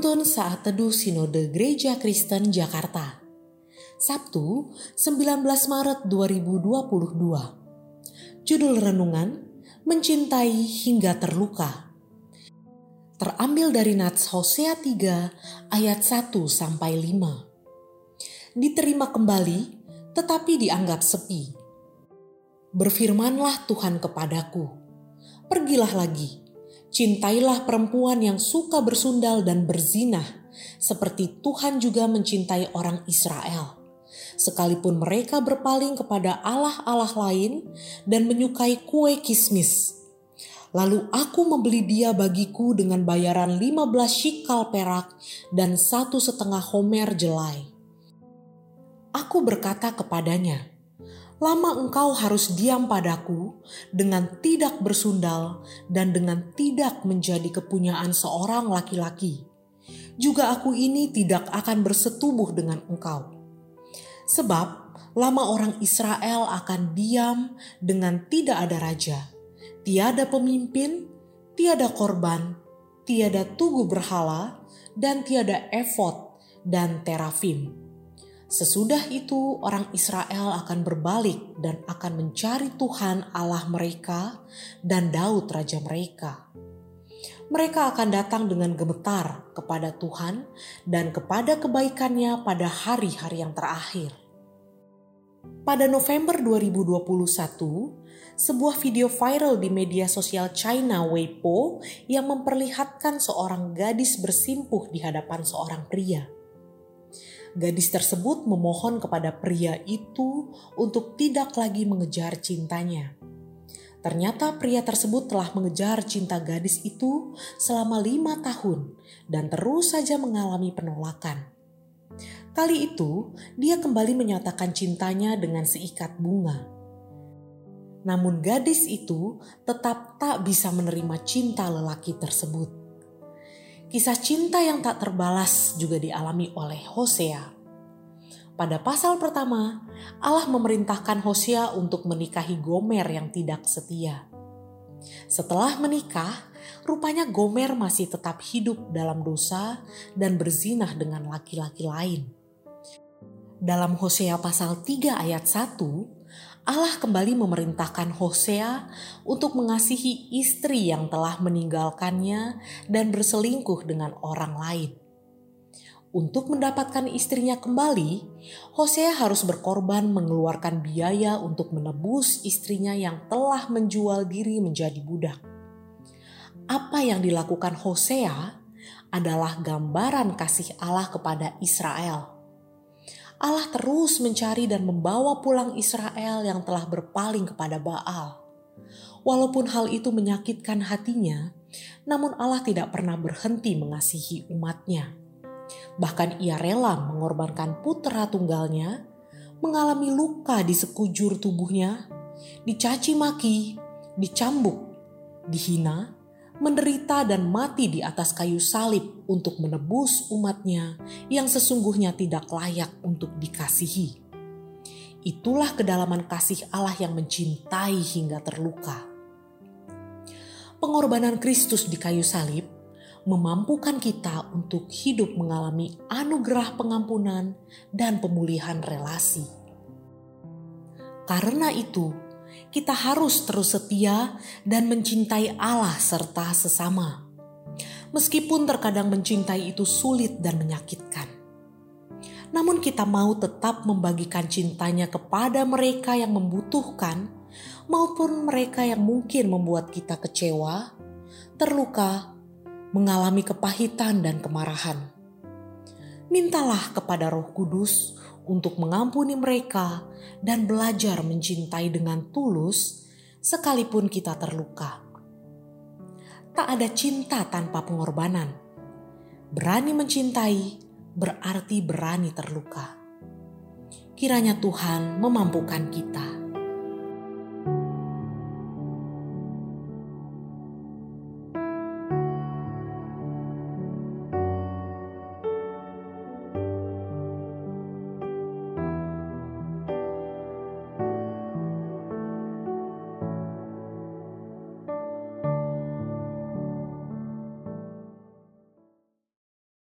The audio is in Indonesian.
Penuntun Saat Teduh Sinode Gereja Kristen Jakarta, Sabtu 19 Maret 2022. Judul renungan, Mencintai Hingga Terluka. Terambil dari Nats Hosea 3 ayat 1-5. Diterima kembali tetapi dianggap sepi. Berfirmanlah Tuhan kepadaku, pergilah lagi. Cintailah perempuan yang suka bersundal dan berzinah, seperti Tuhan juga mencintai orang Israel. Sekalipun mereka berpaling kepada allah-allah lain dan menyukai kue kismis. Lalu aku membeli dia bagiku dengan bayaran 15 shikal perak dan 1,5 homer jelai. Aku berkata kepadanya, lama engkau harus diam padaku dengan tidak bersundal dan dengan tidak menjadi kepunyaan seorang laki-laki. Juga aku ini tidak akan bersetubuh dengan engkau. Sebab lama orang Israel akan diam dengan tidak ada raja, tiada pemimpin, tiada korban, tiada tugu berhala, dan tiada efod dan terafim. Sesudah itu orang Israel akan berbalik dan akan mencari Tuhan Allah mereka dan Daud raja mereka. Mereka akan datang dengan gemetar kepada Tuhan dan kepada kebaikannya pada hari-hari yang terakhir. Pada November 2021, sebuah video viral di media sosial China Weibo yang memperlihatkan seorang gadis bersimpuh di hadapan seorang pria. Gadis tersebut memohon kepada pria itu untuk tidak lagi mengejar cintanya. Ternyata pria tersebut telah mengejar cinta gadis itu selama 5 tahun dan terus saja mengalami penolakan. Kali itu, dia kembali menyatakan cintanya dengan seikat bunga. Namun gadis itu tetap tak bisa menerima cinta lelaki tersebut. Kisah cinta yang tak terbalas juga dialami oleh Hosea. Pada pasal pertama, Allah memerintahkan Hosea untuk menikahi Gomer yang tidak setia. Setelah menikah, rupanya Gomer masih tetap hidup dalam dosa dan berzinah dengan laki-laki lain. Dalam Hosea pasal 3 ayat 1, Allah kembali memerintahkan Hosea untuk mengasihi istri yang telah meninggalkannya dan berselingkuh dengan orang lain. Untuk mendapatkan istrinya kembali, Hosea harus berkorban mengeluarkan biaya untuk menebus istrinya yang telah menjual diri menjadi budak. Apa yang dilakukan Hosea adalah gambaran kasih Allah kepada Israel. Allah terus mencari dan membawa pulang Israel yang telah berpaling kepada Baal. Walaupun hal itu menyakitkan hatinya, namun Allah tidak pernah berhenti mengasihi umatnya. Bahkan ia rela mengorbankan putra tunggalnya, mengalami luka di sekujur tubuhnya, dicaci maki, dicambuk, dihina, menderita dan mati di atas kayu salib untuk menebus umatnya yang sesungguhnya tidak layak untuk dikasihi. Itulah kedalaman kasih Allah yang mencintai hingga terluka. Pengorbanan Kristus di kayu salib memampukan kita untuk hidup mengalami anugerah pengampunan dan pemulihan relasi. Karena itu, kita harus terus setia dan mencintai Allah serta sesama. Meskipun terkadang mencintai itu sulit dan menyakitkan. Namun kita mau tetap membagikan cintanya kepada mereka yang membutuhkan maupun mereka yang mungkin membuat kita kecewa, terluka, mengalami kepahitan dan kemarahan. Mintalah kepada Roh Kudus untuk mengampuni mereka dan belajar mencintai dengan tulus sekalipun kita terluka. Tak ada cinta tanpa pengorbanan. Berani mencintai berarti berani terluka. Kiranya Tuhan memampukan kita.